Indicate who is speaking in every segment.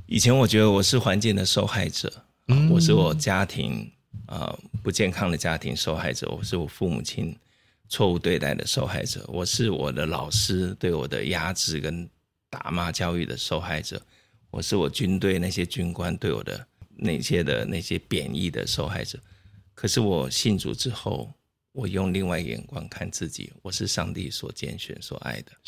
Speaker 1: 以前我觉得我是环境的受害者，我是我家庭不健康的家庭受害者，我是我父母亲错误对待的受害者，我是我的老师对我的压制跟打骂教育的受害者，我是我军队那些军官对我的那些贬义的受害者。可是我信主之后，我用另外一个眼光看自己，我是上帝所拣选所爱的。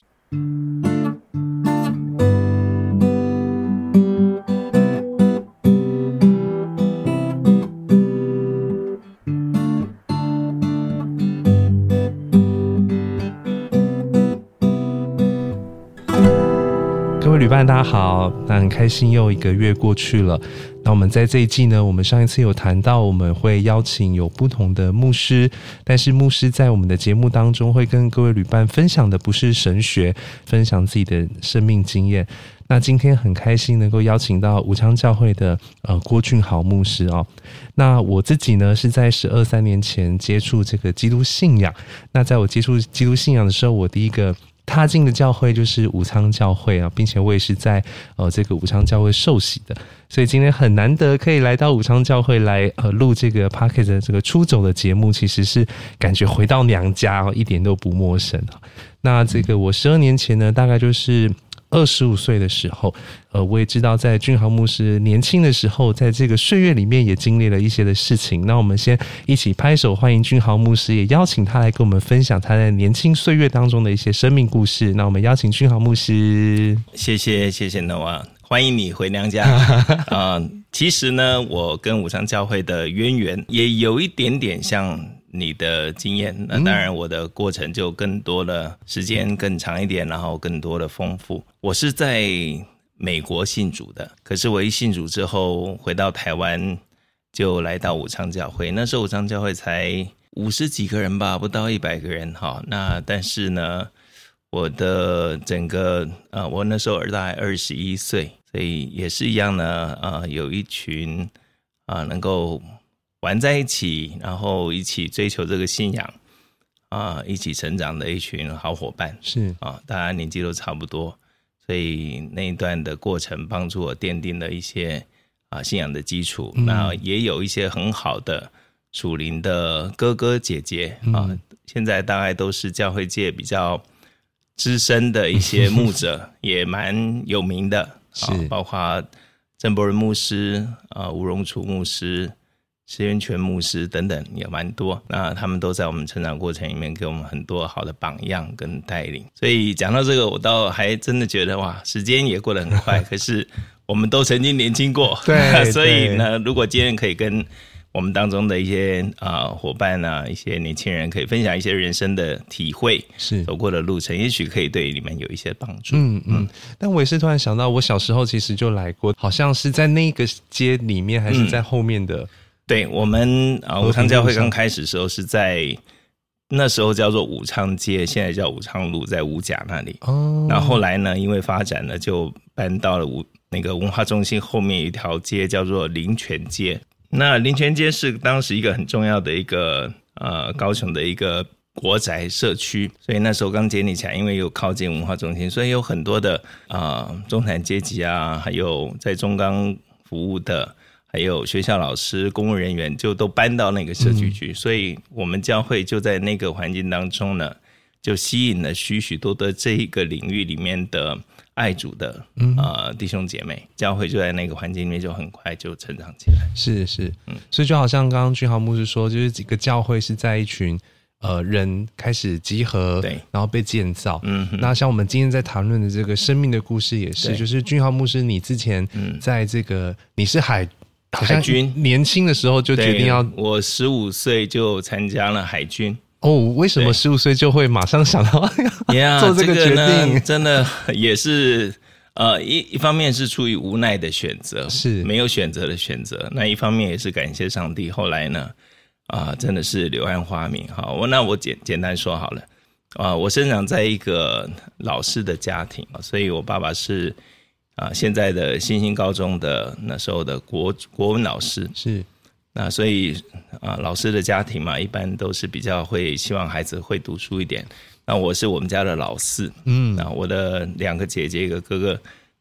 Speaker 2: 各位旅伴大家好，那很开心又一个月过去了。那我们在这一季呢，我们上一次有谈到我们会邀请有不同的牧师，但是牧师在我们的节目当中会跟各位旅伴分享的不是神学，分享自己的生命经验。那今天很开心能够邀请到武昌教会的郭俊豪牧师哦。那我自己呢是在12、13年前接触这个基督信仰。那在我接触基督信仰的时候，我第一个踏进的教会就是武昌教会啊，并且我也是在这个武昌教会受洗的，所以今天很难得可以来到武昌教会来录这个 Podcast 的这个出走的节目，其实是感觉回到娘家一点都不陌生。那这个我12年前呢，大概就是25岁的时候，我也知道在俊豪牧师年轻的时候，在这个岁月里面也经历了一些的事情。那我们先一起拍手欢迎俊豪牧师，也邀请他来跟我们分享他在年轻岁月当中的一些生命故事。那我们邀请俊豪牧师。
Speaker 1: 谢谢 Noah， 欢迎你回娘家。其实呢，我跟武昌教会的渊源也有一点点像你的经验，那当然我的过程就更多的时间更长一点，然后更多的丰富。我是在美国信主的，可是我一信主之后回到台湾，就来到武昌教会。那时候武昌教会才50几个人吧，不到100个人。那但是呢，我的整个我那时候大概21岁，所以也是一样呢，有一群能够玩在一起，然后一起追求这个信仰一起成长的一群好伙伴。
Speaker 2: 是
Speaker 1: 大家年纪都差不多，所以那一段的过程帮助我奠定了一些信仰的基础。那也有一些很好的属灵的哥哥姐姐现在大概都是教会界比较资深的一些牧者也蛮有名的包括郑伯仁牧师吴荣楚牧师、石元全牧师等等也蛮多。那他们都在我们成长过程里面给我们很多好的榜样跟带领。所以讲到这个，我倒还真的觉得哇，时间也过得很快可是我们都曾经年轻过
Speaker 2: 对
Speaker 1: 所以呢，如果今天可以跟我们当中的一些伙伴一些年轻人可以分享一些人生的体会，是走过的路程，也许可以对你们有一些帮助。
Speaker 2: 但我也是突然想到，我小时候其实就来过，好像是在那个街里面，还是在后面的。
Speaker 1: 对，我们武昌教会刚开始的时候是在那时候叫做武昌街，现在叫武昌路，在五甲那里。然后后来呢，因为发展呢，就搬到了那个文化中心后面一条街叫做林泉街。那林泉街是当时一个很重要的一个高雄的一个国宅社区，所以那时候刚建立起来，因为有靠近文化中心，所以有很多的中产阶级还有在中钢服务的，还有学校老师、公务人员就都搬到那个社区去，所以我们教会就在那个环境当中呢，就吸引了许许多的这一个领域里面的爱主的弟兄姐妹，教会就在那个环境里面就很快就成长起来。
Speaker 2: 是，所以就好像刚刚俊豪牧师说，就是几个教会是在一群人开始集合，对，然后被建造。那像我们今天在谈论的这个生命的故事也是，就是俊豪牧师，你之前在这个你是海军，年轻的时候就决定要，
Speaker 1: 我15岁就参加了海军。
Speaker 2: 为什么15岁就会马上想到做这个决定？
Speaker 1: 呢真的也是一方面是出于无奈的选择，是没有选择的选择。那一方面也是感谢上帝，后来呢真的是柳暗花明。好，那我简单说好了。我生长在一个老师的家庭，所以我爸爸是现在的新兴高中的那时候的国文老师。是。那所以老师的家庭嘛，一般都是比较会希望孩子会读书一点。那我是我们家的老四，那我的2个姐姐一个哥哥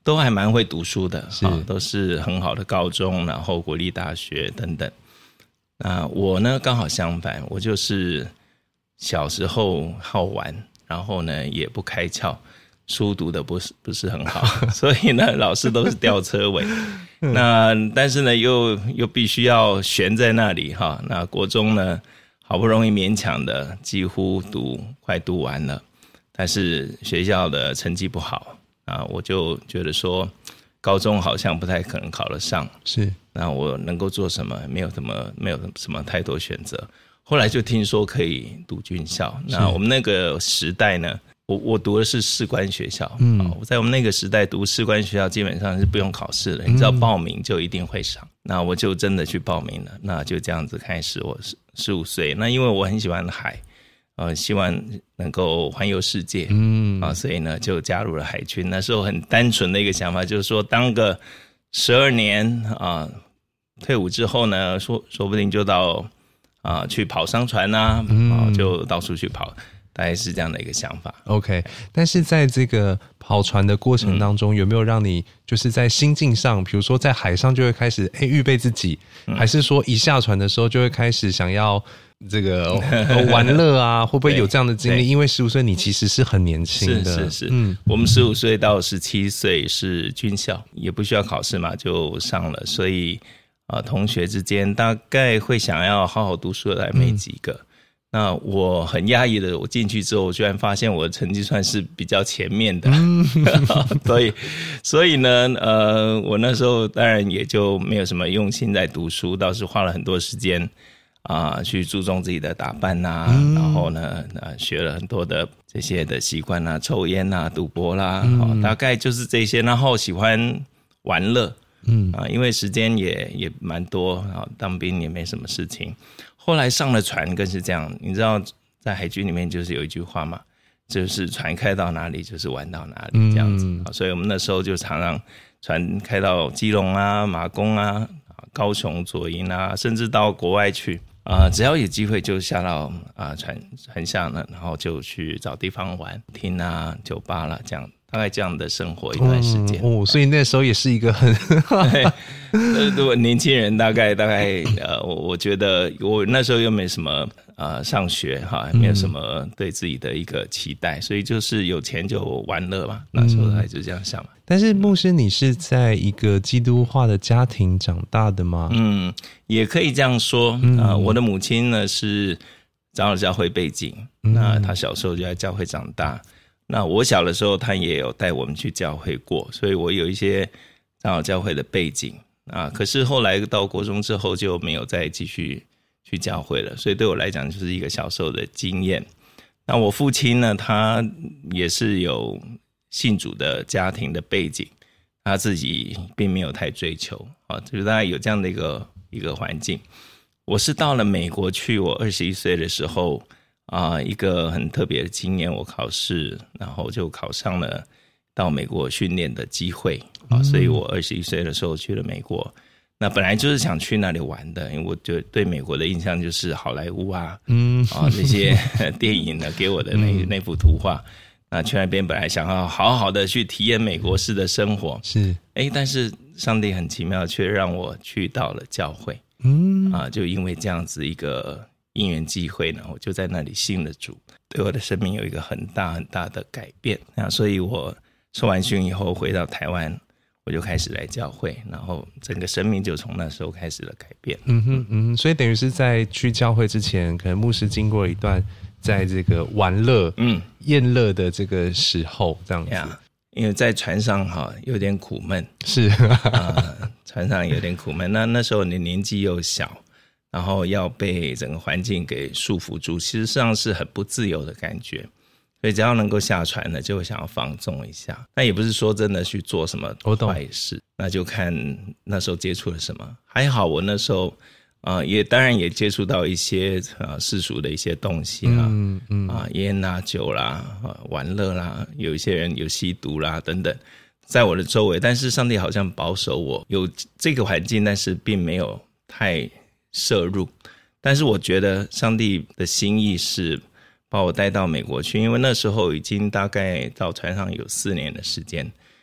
Speaker 1: 都还蛮会读书的，都是很好的高中，然后国立大学等等。那我呢刚好相反，我就是小时候好玩，然后呢也不开窍，书读的不是很好，所以呢老师都是吊车尾。那但是呢又必须要悬在那里哈。那国中呢好不容易勉强的几乎快读完了，但是学校的成绩不好啊，我就觉得说高中好像不太可能考得上，
Speaker 2: 是，
Speaker 1: 那我能够做什么？没有什么太多选择。后来就听说可以读军校，那我们那个时代呢，我读的是士官学校，我在我们那个时代读士官学校基本上是不用考试的，你只要报名就一定会上。那我就真的去报名了，那就这样子开始。我15岁，那因为我很喜欢海，希望能够环游世界，所以呢就加入了海军。那时候很单纯的一个想法，就是说当个12年啊，退伍之后呢，说不定就到去跑商船啊，就到处去跑。大概是这样的一个想法。
Speaker 2: OK， 但是在这个跑船的过程当中，有没有让你就是在心境上，比如说在海上就会开始预备自己，还是说一下船的时候就会开始想要这个玩乐啊？会不会有这样的经历？因为15岁你其实是很年轻的。
Speaker 1: 是，我们15岁到17岁是军校，也不需要考试嘛，就上了，所以同学之间大概会想要好好读书的还没几个。那我很压抑的，我进去之后，我居然发现我的成绩算是比较前面的，所以呢，我那时候当然也就没有什么用心在读书，倒是花了很多时间去注重自己的打扮啊，然后呢，学了很多的这些的习惯啊，抽烟啊，赌博啦，大概就是这些，然后喜欢玩乐，因为时间也蛮多，当兵也没什么事情。后来上了船更是这样，你知道在海军里面就是有一句话嘛，就是船开到哪里就是玩到哪里这样子，所以我们那时候就常常船开到基隆啊、马公啊、高雄左营啊，甚至到国外去只要有机会就下到船下呢，然后就去找地方玩，厅啊、酒吧啦，这样大概这样的生活一段时间。
Speaker 2: 所以那时候也是一个很
Speaker 1: 如果年轻人大概我觉得我那时候又没什么上学哈，没有什么对自己的一个期待，所以就是有钱就玩乐嘛，那时候还就这样想嘛。
Speaker 2: 但是牧师，你是在一个基督化的家庭长大的吗？
Speaker 1: 也可以这样说。我的母亲呢是长老教会背景，那她小时候就在教会长大。那我小的时候，她也有带我们去教会过，所以我有一些长老教会的背景可是后来到国中之后就没有再继续去教会了，所以对我来讲就是一个小时候的经验。那我父亲呢，他也是有信主的家庭的背景，他自己并没有太追求就是大概有这样的一个环境。我是到了美国去，我21岁的时候一个很特别的经验，我考试然后就考上了到美国训练的机会所以我21岁的时候去了美国。那本来就是想去那里玩的，因为我就对美国的印象就是好莱坞这些电影呢给我的那幅图画。那去那边本来想要好好的去体验美国式的生活，
Speaker 2: 是
Speaker 1: 但是上帝很奇妙，却让我去到了教会。就因为这样子一个因缘际会呢，我就在那里信了主，对我的生命有一个很大很大的改变。所以我受完训以后回到台湾，我就开始来教会，然后整个生命就从那时候开始了改变。
Speaker 2: 所以等于是在去教会之前，可能牧师经过了一段在这个玩乐宴乐的这个时候这样子。
Speaker 1: 因为在船上有点苦闷，
Speaker 2: 是
Speaker 1: 船上有点苦闷。那时候你年纪又小，然后要被整个环境给束缚住，其实上是很不自由的感觉。所以只要能够下船呢，就会想要放纵一下。那也不是说真的去做什么坏事，那就看那时候接触了什么。还好我那时候也当然也接触到一些世俗的一些东西烟啦、酒啦、玩乐啦，有一些人有吸毒啦等等，在我的周围。但是上帝好像保守我，有这个环境，但是并没有太涉入。但是我觉得上帝的心意是把我带到美国去，因为那时候已经大概到船上有4年的时间，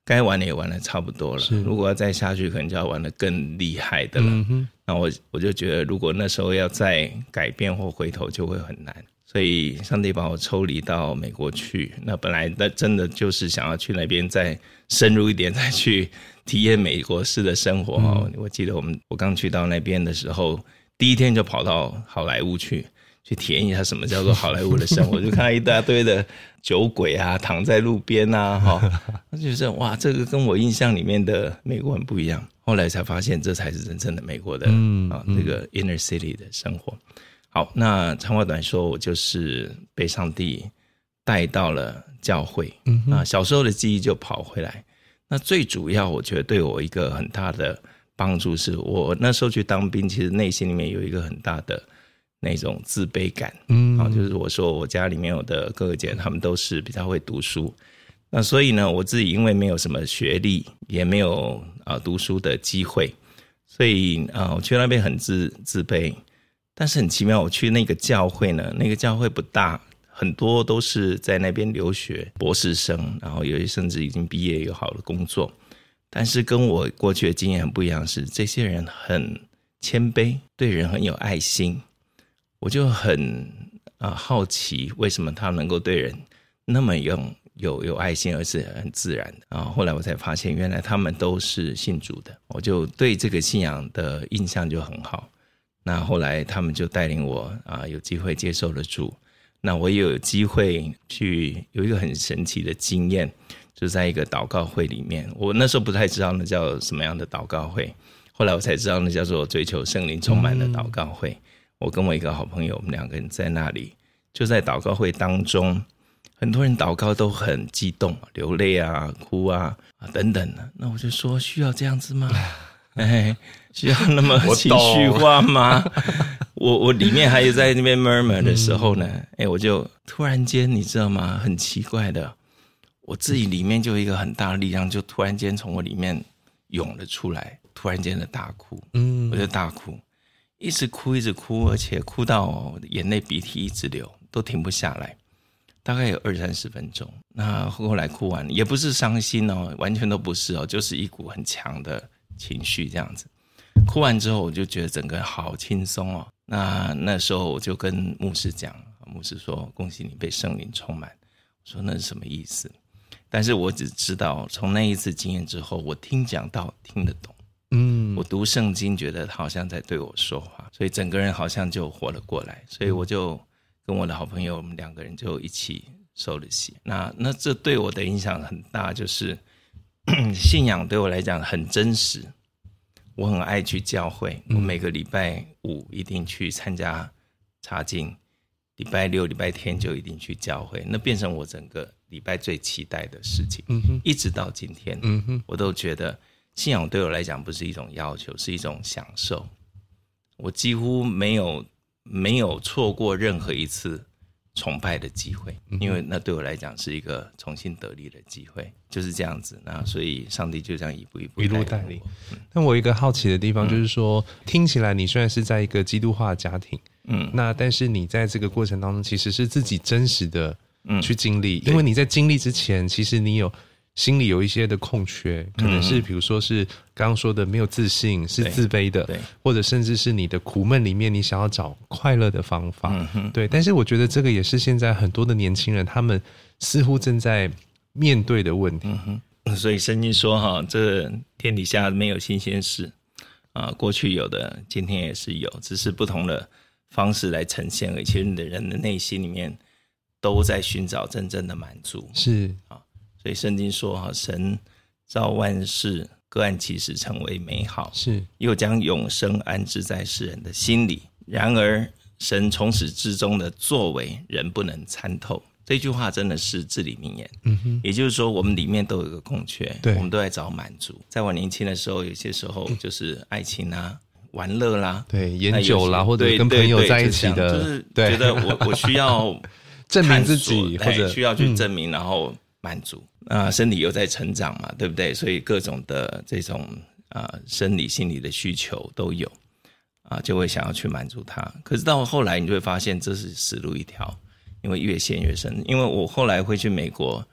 Speaker 1: 该玩的也玩的差不多了，如果要再下去可能就要玩的更厉害的了。那我就觉得如果那时候要再改变或回头就会很难，所以上帝把我抽离到美国去，那本来真的就是想要去那边再深入一点，再去体验美国式的生活。我记得我刚去到那边的时候，第一天就跑到好莱坞去体验一下什么叫做好莱坞的生活，就看到一大堆的酒鬼啊躺在路边啊，就觉得哇，这个跟我印象里面的美国很不一样。后来才发现这才是真正的美国的这个 inner city 的生活。好，那长话短说，我就是被上帝带到了教会，小时候的记忆就跑回来。那最主要我觉得对我一个很大的帮助是，我那时候去当兵，其实内心里面有一个很大的那种自卑感，就是我说我家里面有的哥哥姐他们都是比较会读书，那所以呢我自己因为没有什么学历，也没有读书的机会，所以我去那边很自卑。但是很奇妙，我去那个教会呢，那个教会不大，很多都是在那边留学博士生，然后有些甚至已经毕业有好的工作。但是跟我过去的经验很不一样，是这些人很谦卑，对人很有爱心。我就很好奇为什么他能够对人那么有爱心，而是很自然的。后来我才发现原来他们都是信主的，我就对这个信仰的印象就很好。那后来他们就带领我有机会接受了主。那我也有机会去有一个很神奇的经验，就在一个祷告会里面。我那时候不太知道那叫什么样的祷告会，后来我才知道那叫做追求圣灵充满的祷告会。我跟我一个好朋友，我们两个人在那里，就在祷告会当中，很多人祷告都很激动，流泪啊、哭啊等等的。那我就说，需要这样子吗？需要那么情绪化吗？我里面还有在那边 murmur 的时候呢，我就突然间你知道吗？很奇怪的，我自己里面就有一个很大的力量，就突然间从我里面涌了出来，突然间的大哭，我就大哭。一直哭一直哭，而且哭到眼泪鼻涕一直流，都停不下来，大概有20-30分钟。那后来哭完也不是伤心哦，完全都不是哦，就是一股很强的情绪这样子。哭完之后我就觉得整个人好轻松哦。那时候我就跟牧师讲，牧师说恭喜你被圣灵充满。我说那是什么意思？但是我只知道从那一次经验之后，我听讲道听得懂，我读圣经觉得他好像在对我说话，所以整个人好像就活了过来。所以我就跟我的好朋友，我们两个人就一起受了洗。那这对我的影响很大，就是信仰对我来讲很真实。我很爱去教会，我每个礼拜5一定去参加查经，礼拜6礼拜天就一定去教会，那变成我整个礼拜最期待的事情。一直到今天，我都觉得信仰对我来讲不是一种要求，是一种享受。我几乎没有错过任何一次崇拜的机会，因为那对我来讲是一个重新得力的机会，就是这样子。那所以上帝就这样一步一步带领。
Speaker 2: 但我有一个好奇的地方就是说，听起来你虽然是在一个基督化的家庭，那但是你在这个过程当中其实是自己真实的去经历，因为你在经历之前，其实你心里有一些的空缺，可能是比如说是刚刚说的没有自信，是自卑的，或者甚至是你的苦闷里面你想要找快乐的方法，对。但是我觉得这个也是现在很多的年轻人他们似乎正在面对的问题。
Speaker 1: 所以圣经说这天底下没有新鲜事过去有的今天也是有，只是不同的方式来呈现而已。其实你的人的内心里面都在寻找真正的满足，
Speaker 2: 是
Speaker 1: 所以圣经说神造万事各按其时成为美好，
Speaker 2: 是
Speaker 1: 又将永生安置在世人的心里。然而神从始至终的作为人不能参透。这句话真的是至理名言。也就是说我们里面都有一个空缺，我们都在找满足。在我年轻的时候，有些时候就是爱情啊、玩乐啦，
Speaker 2: 对，烟酒啦，或者跟朋友在一起的，
Speaker 1: 就是觉得我需要
Speaker 2: 证明自己，或者
Speaker 1: 需要去证明，然后满足。身体又在成长嘛，对不对？所以各种的这种生理心理的需求都有就会想要去满足它。可是到后来你就会发现这是死路一条，因为越陷越深。因为我后来会去美国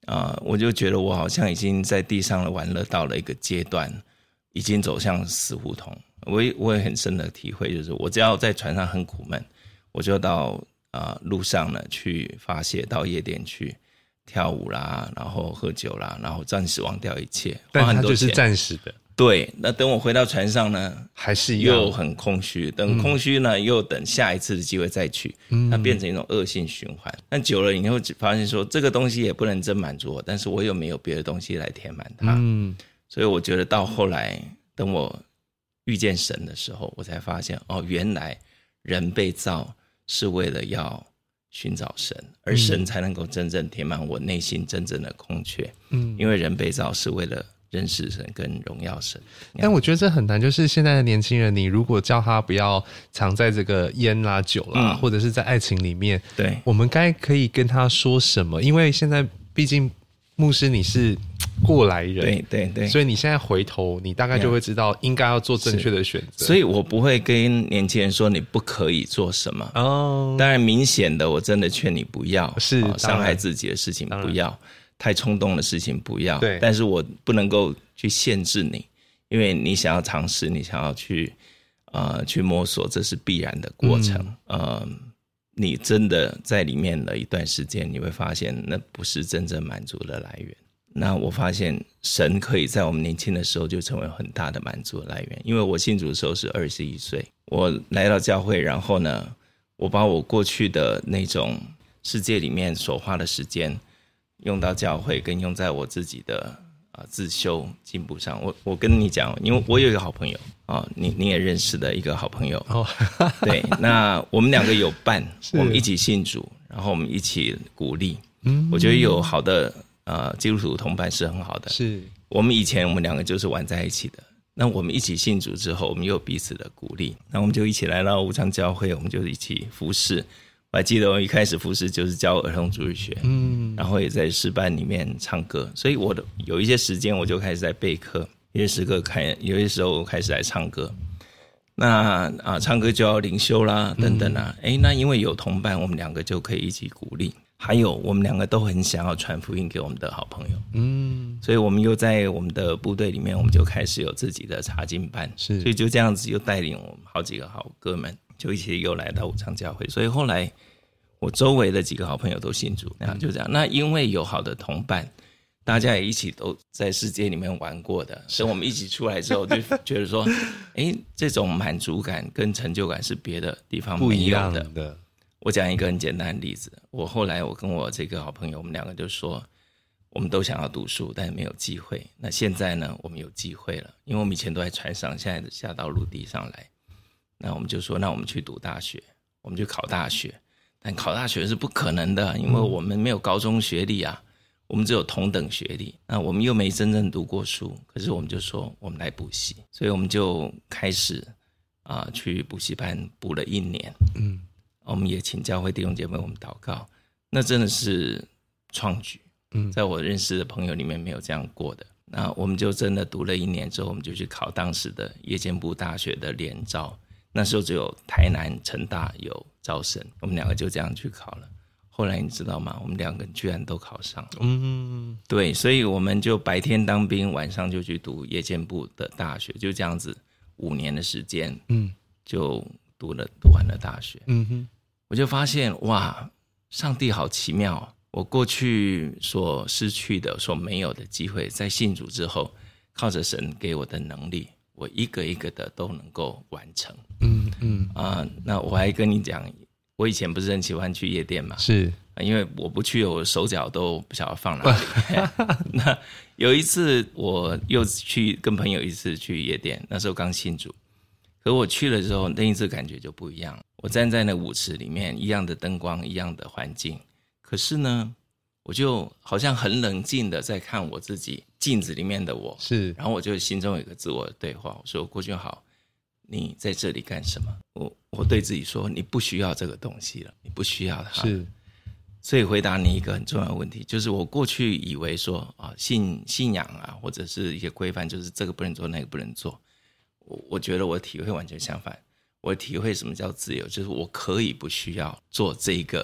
Speaker 1: 我就觉得我好像已经在地上的玩乐到了一个阶段，已经走向死胡同。我也很深的体会，就是我只要在船上很苦闷，我就到路上呢去发泄，到夜店去跳舞啦，然后喝酒啦，然后暂时忘掉一切，
Speaker 2: 但它就是暂时的。
Speaker 1: 对，那等我回到船上呢，
Speaker 2: 还是一样
Speaker 1: 又很空虚，等空虚呢，又等下一次的机会再去，那变成一种恶性循环。那久了你会发现说，这个东西也不能真满足我，但是我又没有别的东西来填满它。所以我觉得到后来，等我遇见神的时候，我才发现原来人被造是为了要寻找神，而神才能够真正填满我内心真正的空缺。因为人被造是为了认识神跟荣耀神。
Speaker 2: 但我觉得这很难，就是现在的年轻人，你如果叫他不要藏在这个烟啦酒啦，或者是在爱情里面，
Speaker 1: 对，
Speaker 2: 我们该可以跟他说什么？因为现在毕竟牧师你是过来人，
Speaker 1: 对，
Speaker 2: 所以你现在回头你大概就会知道应该要做正确的选择。
Speaker 1: 所以我不会跟年轻人说你不可以做什么。当然明显的我真的劝你不要，是伤害自己的事情不要，太冲动的事情不要。对，但是我不能够去限制你，因为你想要尝试，你想要去摸索，这是必然的过程。你真的在里面了一段时间，你会发现那不是真正满足的来源。那我发现神可以在我们年轻的时候就成为很大的满足的来源。因为我信主的时候是21岁，我来到教会，然后呢，我把我过去的那种世界里面所花的时间用到教会，跟用在我自己的自修进步上。我跟你讲，因为我有一个好朋友你也认识的一个好朋友对，那我们两个有伴我们一起信主，然后我们一起鼓励。我觉得有好的基督徒同伴是很好的。是我们以前我们两个就是玩在一起的，那我们一起信主之后，我们又彼此的鼓励，那我们就一起来到无常教会，我们就一起服侍。我还记得我一开始服侍就是教儿童主日学，然后也在诗班里面唱歌，所以我有一些时间我就开始在备课，有些时候开始来唱歌。那唱歌就要灵修啦等等啊，那因为有同伴，我们两个就可以一起鼓励。还有我们两个都很想要传福音给我们的好朋友，所以我们又在我们的部队里面，我们就开始有自己的查经班，所以就这样子又带领我们好几个好哥们，就一起又来到无常教会。所以后来我周围的几个好朋友都信主，就这样。那因为有好的同伴，大家也一起都在世界里面玩过的，等我们一起出来之后，就觉得说，这种满足感跟成就感是别的地方没有的，不一样的。我讲一个很简单的例子，后来我跟我这个好朋友，我们两个就说，我们都想要读书，但是没有机会。那现在呢，我们有机会了，因为我们以前都在船上，现在下到陆地上来。那我们就说，那我们去读大学，我们去考大学。但考大学是不可能的，因为我们没有高中学历啊，我们只有同等学历。那我们又没真正读过书，可是我们就说我们来补习，所以我们就开始去补习班补了1年。我们也请教会弟兄姐妹我们祷告，那真的是创举。在我认识的朋友里面没有这样过的。那我们就真的读了1年之后，我们就去考当时的夜间部大学的联招，那时候只有台南成大有招生，我们两个就这样去考了。后来你知道吗？我们两个居然都考上了。对，所以我们就白天当兵，晚上就去读夜间部的大学，就这样子5年的时间，就读完了大学。我就发现哇，上帝好奇妙我过去所失去的、所没有的机会，在信主之后，靠着神给我的能力，我一个一个的都能够完成。那我还跟你讲，我以前不是很喜欢去夜店嘛？是，因为我不去，我手脚都不晓得放哪里。那有一次，我又去跟朋友一次去夜店，那时候刚信主。可我去了之后，那一次感觉就不一样。我站在那舞池里面，一样的灯光，一样的环境，可是呢，我就好像很冷静的在看我自己镜子里面的我。是，然后我就心中有一个自我的对话，我说：“郭俊豪，你在这里干什么？”我对自己说：“你不需要这个东西了，你不需要它。”是，所以回答你一个很重要的问题，就是我过去以为说信仰啊，或者是一些规范，就是这个不能做，那个不能做。我觉得我的体会完全相反，我的体会什么叫自由，就是我可以不需要做这个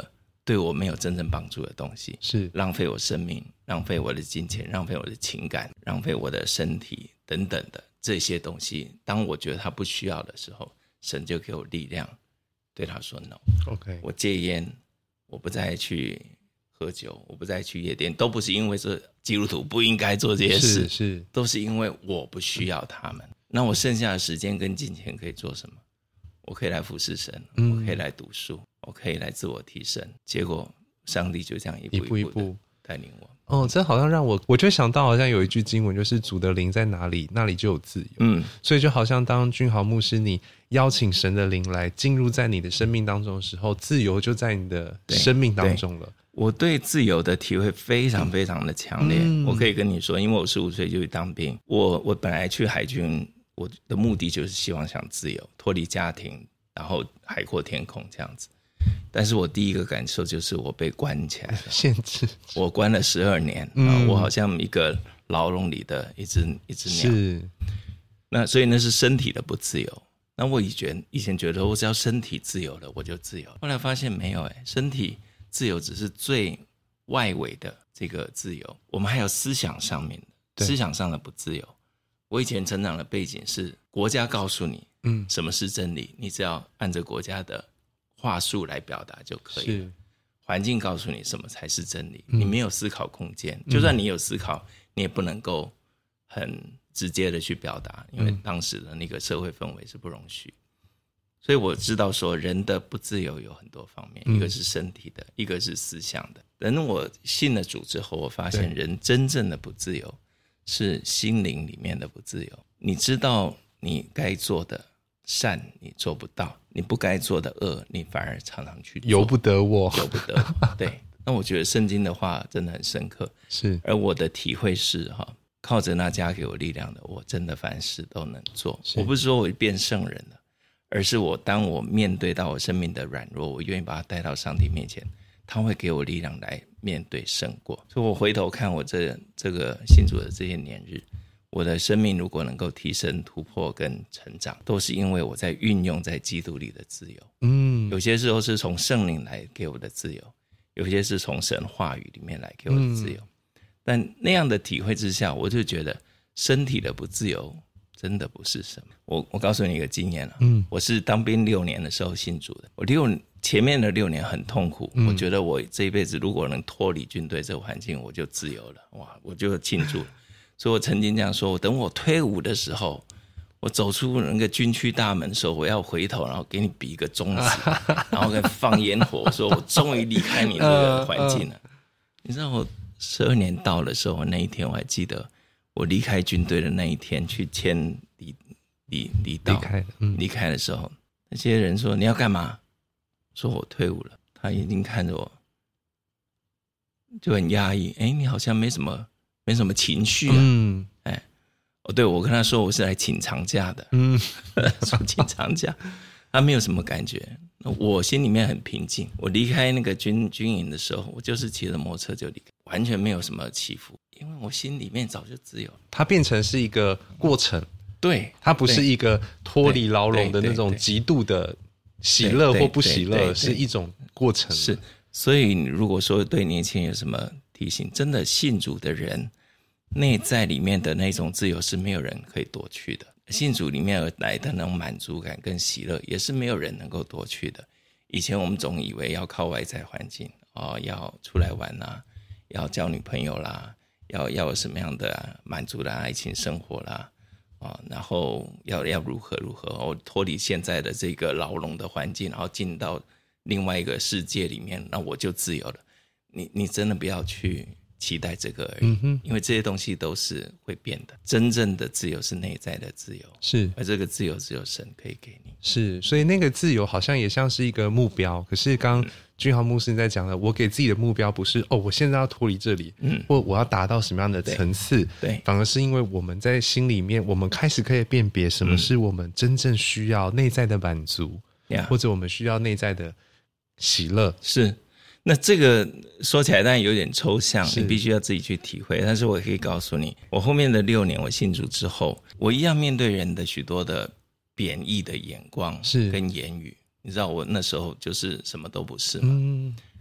Speaker 1: 对我没有真正帮助的东西，
Speaker 2: 是
Speaker 1: 浪费我生命，浪费我的金钱，浪费我的情感，浪费我的身体等等的这些东西，当我觉得他不需要的时候，神就给我力量对他说 no。
Speaker 2: OK，
Speaker 1: 我戒烟，我不再去喝酒，我不再去夜店，都不是因为这基督徒不应该做这些事，
Speaker 2: 是
Speaker 1: 都是因为我不需要他们。那我剩下的时间跟金钱可以做什么？我可以来服侍神，我可以来读书，我可以来自我提升。结果上帝就这样一步一步带领我。
Speaker 2: 这好像让我就想到好像有一句经文，就是主的灵在哪里，那里就有自由。所以就好像当君豪牧师你邀请神的灵来进入在你的生命当中的时候，自由就在你的生命当中了。
Speaker 1: 我对自由的体会非常非常的强烈。我可以跟你说，因为我15岁就去当兵，我本来去海军，我的目的就是希望想自由，脱离家庭，然后海阔天空这样子。但是我第一个感受就是我被关起来了，
Speaker 2: 限制。我
Speaker 1: 关了12年，我好像一个牢笼里的一只鸟。
Speaker 2: 是，
Speaker 1: 那所以那是身体的不自由。那我以前觉得我只要身体自由了我就自由，后来发现没有，身体自由只是最外围的这个自由，我们还有思想上面的，思想上的不自由。我以前成长的背景是国家告诉你什么是真理，你只要按着国家的话术来表达就可以了。环境告诉你什么才是真理，你没有思考空间，就算你有思考你也不能够很直接的去表达，因为当时的那个社会氛围是不容许。所以我知道说人的不自由有很多方面，一个是身体的，一个是思想的。等我信了主之后，我发现人真正的不自由是心灵里面的不自由。你知道你该做的善你做不到，你不该做的恶你反而常常去做，
Speaker 2: 由不得我。
Speaker 1: 对，那我觉得圣经的话真的很深刻。
Speaker 2: 是，
Speaker 1: 而我的体会是靠着那加给我力量的，我真的凡事都能做。我不是说我变圣人了，而是当我面对到我生命的软弱，我愿意把它带到上帝面前，他会给我力量来面对胜过。所以我回头看我这个信主的这些年日，我的生命如果能够提升突破跟成长，都是因为我在运用在基督里的自由。有些时候是从圣灵来给我的自由，有些是从神话语里面来给我的自由。但那样的体会之下，我就觉得身体的不自由真的不是什么。我告诉你一个经验我是当兵6年的时候信主的。我前面的6年很痛苦，我觉得我这一辈子如果能脱离军队这个环境，我就自由了，哇，我就庆祝了。所以我曾经这样说，等我退伍的时候，我走出那个军区大门的时候，我要回头，然后给你比一个中指，然后放烟火，我说我终于离开你这个环境了。你知道我12年到的时候，那一天我还记得，我离开军队的那一天去签离道离开的时候，那些人说你要干嘛？说我退伍了。他眼睛看着我，就很压抑。你好像没什么情绪对，我跟他说我是来请长假的。说请长假，他没有什么感觉。我心里面很平静。我离开那个军营的时候，我就是骑着摩托车就离开，完全没有什么起伏，因为我心里面早就自由。
Speaker 2: 它变成是一个过程，
Speaker 1: 对，
Speaker 2: 它不是一个脱离牢笼的那种极度的喜乐或不喜乐，是一种过程。
Speaker 1: 是，所以你如果说对年轻人有什么提醒，真的信主的人内在里面的那种自由是没有人可以夺去的。信主里面而来的那种满足感跟喜乐也是没有人能够夺去的。以前我们总以为要靠外在环境要出来玩啦，要交女朋友啦，要有什么样的满足的爱情生活啦，然后要如何脱离现在的这个牢笼的环境，然后进到另外一个世界里面，那我就自由了。你真的不要去期待这个而已，因为这些东西都是会变的。真正的自由是内在的自由，
Speaker 2: 是，而
Speaker 1: 这个自由只有神可以给你。
Speaker 2: 是，所以那个自由好像也像是一个目标。可是刚君豪牧师在讲的，我给自己的目标不是我现在要脱离这里，或我要达到什么样的层次，
Speaker 1: 对，
Speaker 2: 反而是因为我们在心里面，我们开始可以辨别什么是我们真正需要内在的满足，或者我们需要内在的喜乐。
Speaker 1: 是。那这个说起来当然有点抽象，你必须要自己去体会。但是我可以告诉你，我后面的6年我信主之后，我一样面对人的许多的贬义的眼光跟言语。你知道我那时候就是什么都不是嘛，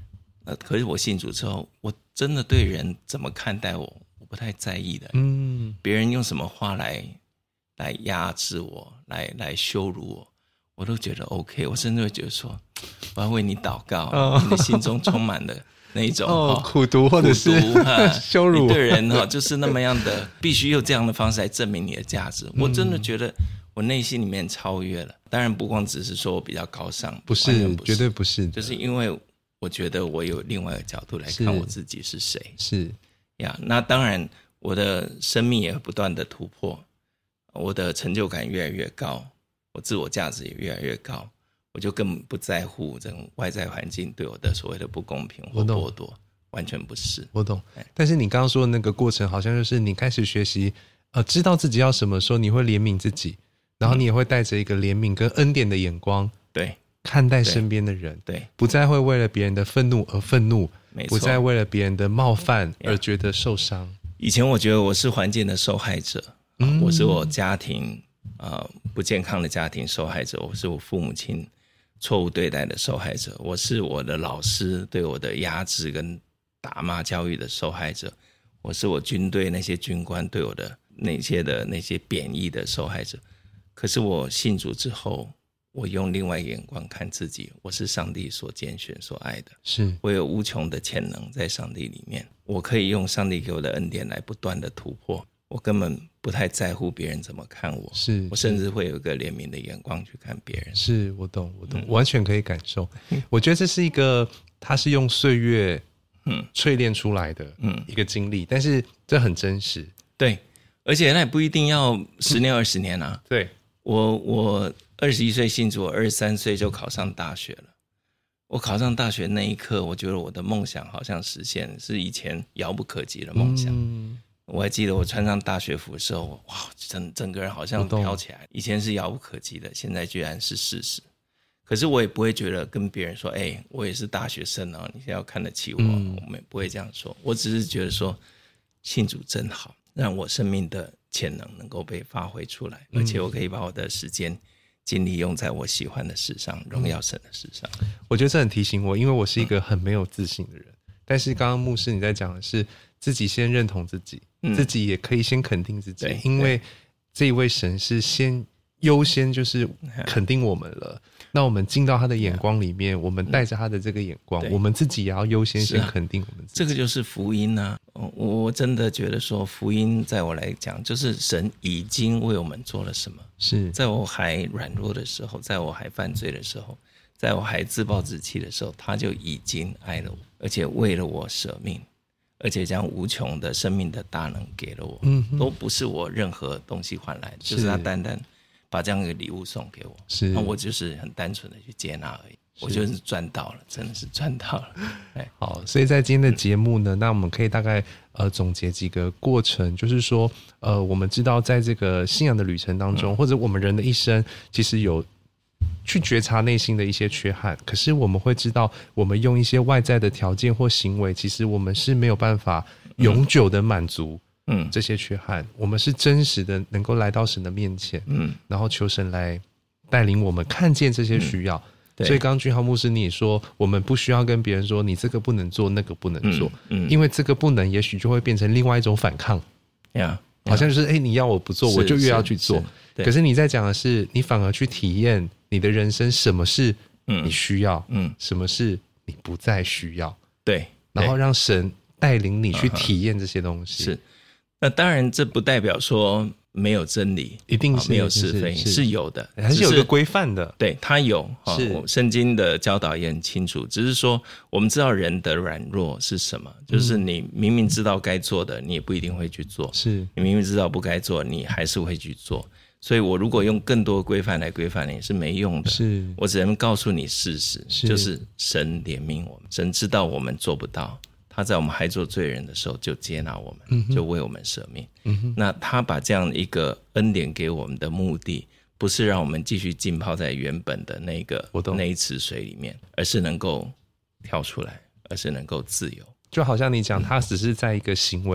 Speaker 1: 可是我信主之后，我真的对人怎么看待我不太在意的。别人用什么话来压制我，来羞辱我都觉得 OK。我甚至会觉得说，我要为你祷告，你的心中充满了那一种
Speaker 2: 苦毒或者是羞辱，
Speaker 1: 你对人就是那么样的，必须用这样的方式来证明你的价值。我真的觉得我内心里面超越了。当然不光只是说我比较高尚，
Speaker 2: 不是，绝对不是，
Speaker 1: 就是因为我觉得我有另外一个角度来看我自己是谁。
Speaker 2: 是
Speaker 1: 呀，那当然我的生命也不断的突破，我的成就感越来越高，我自我价值也越来越高，我就更不在乎这种外在环境对我的所谓的不公平或剥夺，完全不是。
Speaker 2: 我懂。但是你刚刚说的那个过程，好像就是你开始学习，知道自己要什么时候，你会怜悯自己，然后你也会带着一个怜悯跟恩典的眼光，
Speaker 1: 对，
Speaker 2: 看待身边的人，
Speaker 1: 对，
Speaker 2: 不再会为了别人的愤怒而愤怒，不再为了别人的冒犯而觉得受伤。
Speaker 1: 以前我觉得我是环境的受害者，我是我家庭不健康的家庭受害者，我是我父母亲错误对待的受害者，我是我的老师对我的压制跟打骂教育的受害者，我是我军队那些军官对我的那些贬义的受害者。可是我信主之后，我用另外一个眼光看自己，我是上帝所拣选所爱的，
Speaker 2: 是
Speaker 1: 我有无穷的潜能在上帝里面，我可以用上帝给我的恩典来不断的突破，我根本不太在乎别人怎么看我，我甚至会有一个怜悯的眼光去看别人。
Speaker 2: 是，我懂，完全可以感受。我觉得这是一个，它是用岁月淬炼出来的一个经历，但是这很真实。
Speaker 1: 对，而且那也不一定要10年20年啊。
Speaker 2: 对，
Speaker 1: 我21岁信主，我23岁就考上大学了。我考上大学那一刻，我觉得我的梦想好像实现，是以前遥不可及的梦想。我还记得我穿上大学服的时候，哇，整个人好像飘起来。以前是遥不可及的，现在居然是事实。可是我也不会觉得跟别人说，我也是大学生啊，你现在要看得起我，我们也不会这样说。我只是觉得说，信主真好，让我生命的潜能能够被发挥出来，而且我可以把我的时间精力用在我喜欢的事上，荣耀神的事上。
Speaker 2: 我觉得这很提醒我，因为我是一个很没有自信的人。但是刚刚牧师你在讲的是自己先认同自己，自己也可以先肯定自己，因为这一位神是先优先就是肯定我们了。那我们进到他的眼光里面，我们带着他的这个眼光，我们自己也要优先先肯定我们自己。
Speaker 1: 这个就是福音啊！我真的觉得说，福音在我来讲，就是神已经为我们做了什么。
Speaker 2: 是
Speaker 1: 在我还软弱的时候，在我还犯罪的时候，在我还自暴自弃的时候，他就已经爱了我，而且为了我舍命，而且将无穷的生命的大能给了我，都不是我任何东西换来的，就是他单单把这样一个礼物送给我，那我就是很单纯的去接纳而已。我就是赚到了，真的是赚到了。
Speaker 2: 好，所以在今天的节目呢，那我们可以大概总结几个过程，就是说我们知道在这个信仰的旅程当中，或者我们人的一生，其实有去觉察内心的一些缺憾，可是我们会知道，我们用一些外在的条件或行为，其实我们是没有办法永久的满足这些缺憾。我们是真实的能够来到神的面前，然后求神来带领我们看见这些需要。所以刚刚君豪牧师你也说，我们不需要跟别人说你这个不能做，那个不能做，因为这个不能也许就会变成另外一种反抗，好像就是你要我不做，我就越要去做。可是你在讲的是，你反而去体验你的人生，什么是你需要，什么是你不再需要，
Speaker 1: 对，
Speaker 2: 然后让神带领你去体验这些东西。
Speaker 1: 是，那当然这不代表说没有真理，
Speaker 2: 一定是
Speaker 1: 没有是非，是有的，
Speaker 2: 还是有个规范的。
Speaker 1: 对，它有，圣经的教导也很清楚，只是说我们知道人的软弱是什么，就是你明明知道该做的，你也不一定会去做，
Speaker 2: 是
Speaker 1: 你明明知道不该做，你还是会去做。所以我如果用更多规范来规范你是没用的，我只能告诉你事实，就是神怜悯我们，神知道我们做不到，他在我们还做罪人的时候就接纳我们，就为我们舍命。那他把这样一个恩典给我们的目的，不是让我们继续浸泡在原本的那一池水里面，而是能够跳出来，而是能够自由。
Speaker 2: 就好像你讲，他只是在一个行为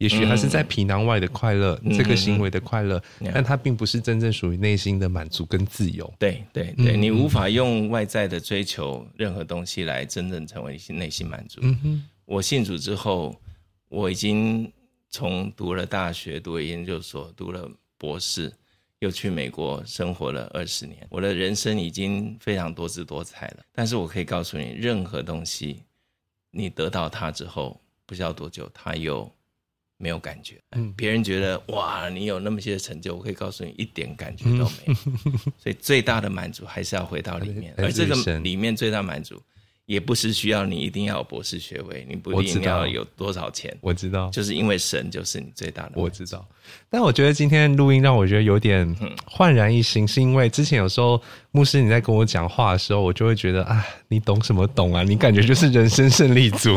Speaker 2: 也许它是在皮囊外的快乐，这个行为的快乐，但它并不是真正属于内心的满足跟自由。
Speaker 1: 对对对，你无法用外在的追求任何东西来真正成为内心满足。我信主之后，我已经从读了大学，读了研究所，读了博士，又去美国生活了20年，我的人生已经非常多姿多彩了。但是我可以告诉你，任何东西你得到它之后，不知道多久它又没有感觉。别人觉得哇你有那么些成就，我可以告诉你一点感觉都没有。所以最大的满足还是要回到里面，而这个里面最大的满足也不是需要你一定要有博士学位，你不一定要有多少钱。
Speaker 2: 我知道，
Speaker 1: 就是因为神就是你最大的满足。
Speaker 2: 我知道，但我觉得今天录音让我觉得有点焕然一新，是因为之前有时候牧师你在跟我讲话的时候，我就会觉得啊，你懂什么懂啊？你感觉就是人生胜利组。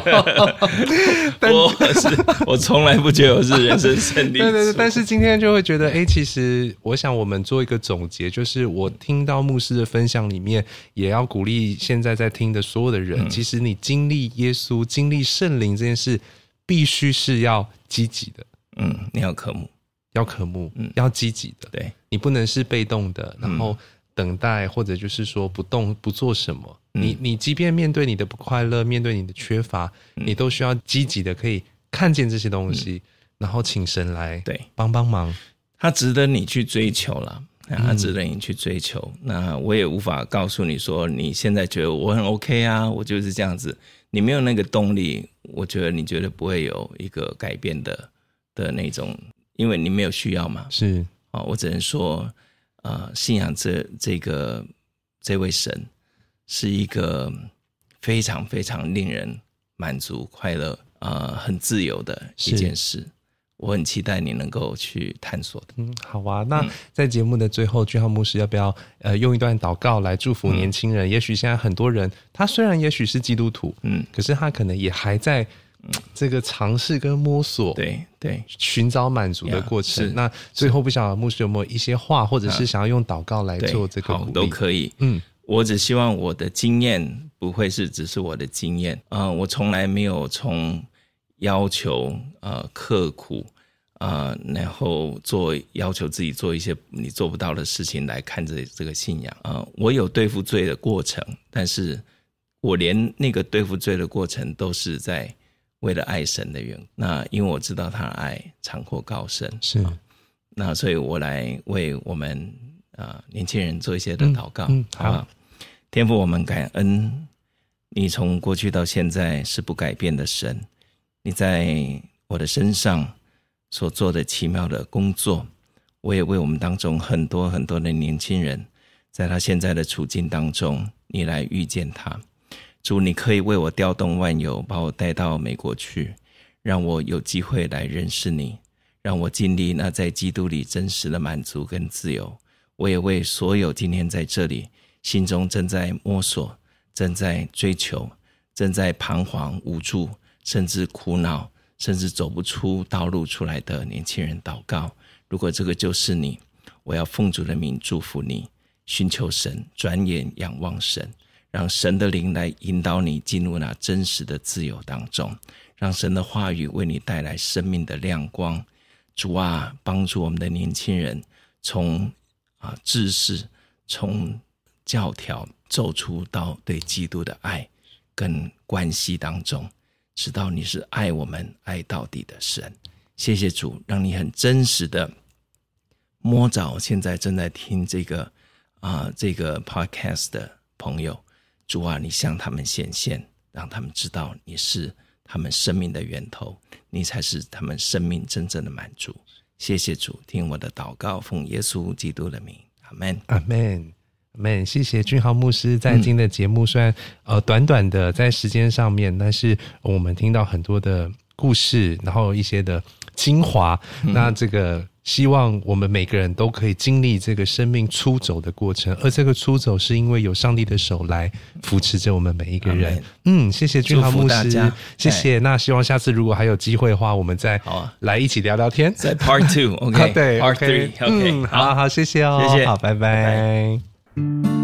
Speaker 1: 我从来不觉得我是人生胜利组。
Speaker 2: 对对对，但是今天就会觉得，其实我想我们做一个总结，就是我听到牧师的分享里面，也要鼓励现在在听的所有的人，其实你经历耶稣、经历圣灵这件事，必须是要积极的。
Speaker 1: 你要渴慕，
Speaker 2: 要积极的。
Speaker 1: 对，
Speaker 2: 你不能是被动的，然后等待，或者就是说不动不做什么。你即便面对你的不快乐，面对你的缺乏，你都需要积极的可以看见这些东西，然后请神来帮帮忙。
Speaker 1: 他值得你去追求啦，他值得你去追求。那我也无法告诉你说你现在觉得我很 OK 啊，我就是这样子。你没有那个动力，我觉得你绝对不会有一个改变的那种，因为你没有需要嘛。
Speaker 2: 是
Speaker 1: 我只能说信仰这位神是一个非常非常令人满足快乐很自由的一件事。我很期待你能够去探索的。
Speaker 2: 好啊，那在节目的最后，俊浩牧师要不要用一段祷告来祝福年轻人？也许现在很多人他虽然也许是基督徒，可是他可能也还在这个尝试跟摸索，
Speaker 1: 对，
Speaker 2: 寻找满足的过程。那最后不晓得牧师有没有一些话，或者是想要用祷告来做这个鼓励？
Speaker 1: 都可以。我只希望我的经验不会是只是我的经验。我从来没有从要求刻苦然后要求自己做一些你做不到的事情来看这个信仰。我有对付罪的过程，但是我连那个对付罪的过程都是在为了爱神的缘故。那因为我知道他的爱长阔高深，
Speaker 2: 是
Speaker 1: 那所以我来为我们年轻人做一些的祷告。
Speaker 2: 好，
Speaker 1: 天父，我们感恩你从过去到现在是不改变的神，你在我的身上所做的奇妙的工作。我也为我们当中很多很多的年轻人，在他现在的处境当中，你来遇见他。主，你可以为我调动万有，把我带到美国去，让我有机会来认识你，让我经历那在基督里真实的满足跟自由。我也为所有今天在这里心中正在摸索、正在追求、正在彷徨无助，甚至苦恼，甚至走不出道路出来的年轻人祷告。如果这个就是你，我要奉主的名祝福你，寻求神，转眼仰望神，让神的灵来引导你进入那真实的自由当中，让神的话语为你带来生命的亮光。主啊，帮助我们的年轻人从知识、从教条走出到对基督的爱跟关系当中，知道你是爱我们爱到底的神。谢谢主，让你很真实的摸着现在正在听这个 podcast 的朋友。主啊，你向他们显现，让他们知道你是他们生命的源头，你才是他们生命真正的满足。谢谢主，听我的祷告，奉耶稣基督的名，阿们，
Speaker 2: 阿们，阿们。谢谢俊浩牧师在今天的节目，虽然短短的在时间上面，但是我们听到很多的故事，然后一些的精华。那这个希望我们每个人都可以经历这个生命出走的过程，而这个出走是因为有上帝的手来扶持着我们每一个人。谢谢俊浩牧师，谢谢。那希望下次如果还有机会的话，我们再来一起聊聊天，
Speaker 1: 在 Part 2 OK
Speaker 2: 对
Speaker 1: Part 3 OK
Speaker 2: 好，谢谢哦，
Speaker 1: 谢谢，
Speaker 2: 好，拜拜。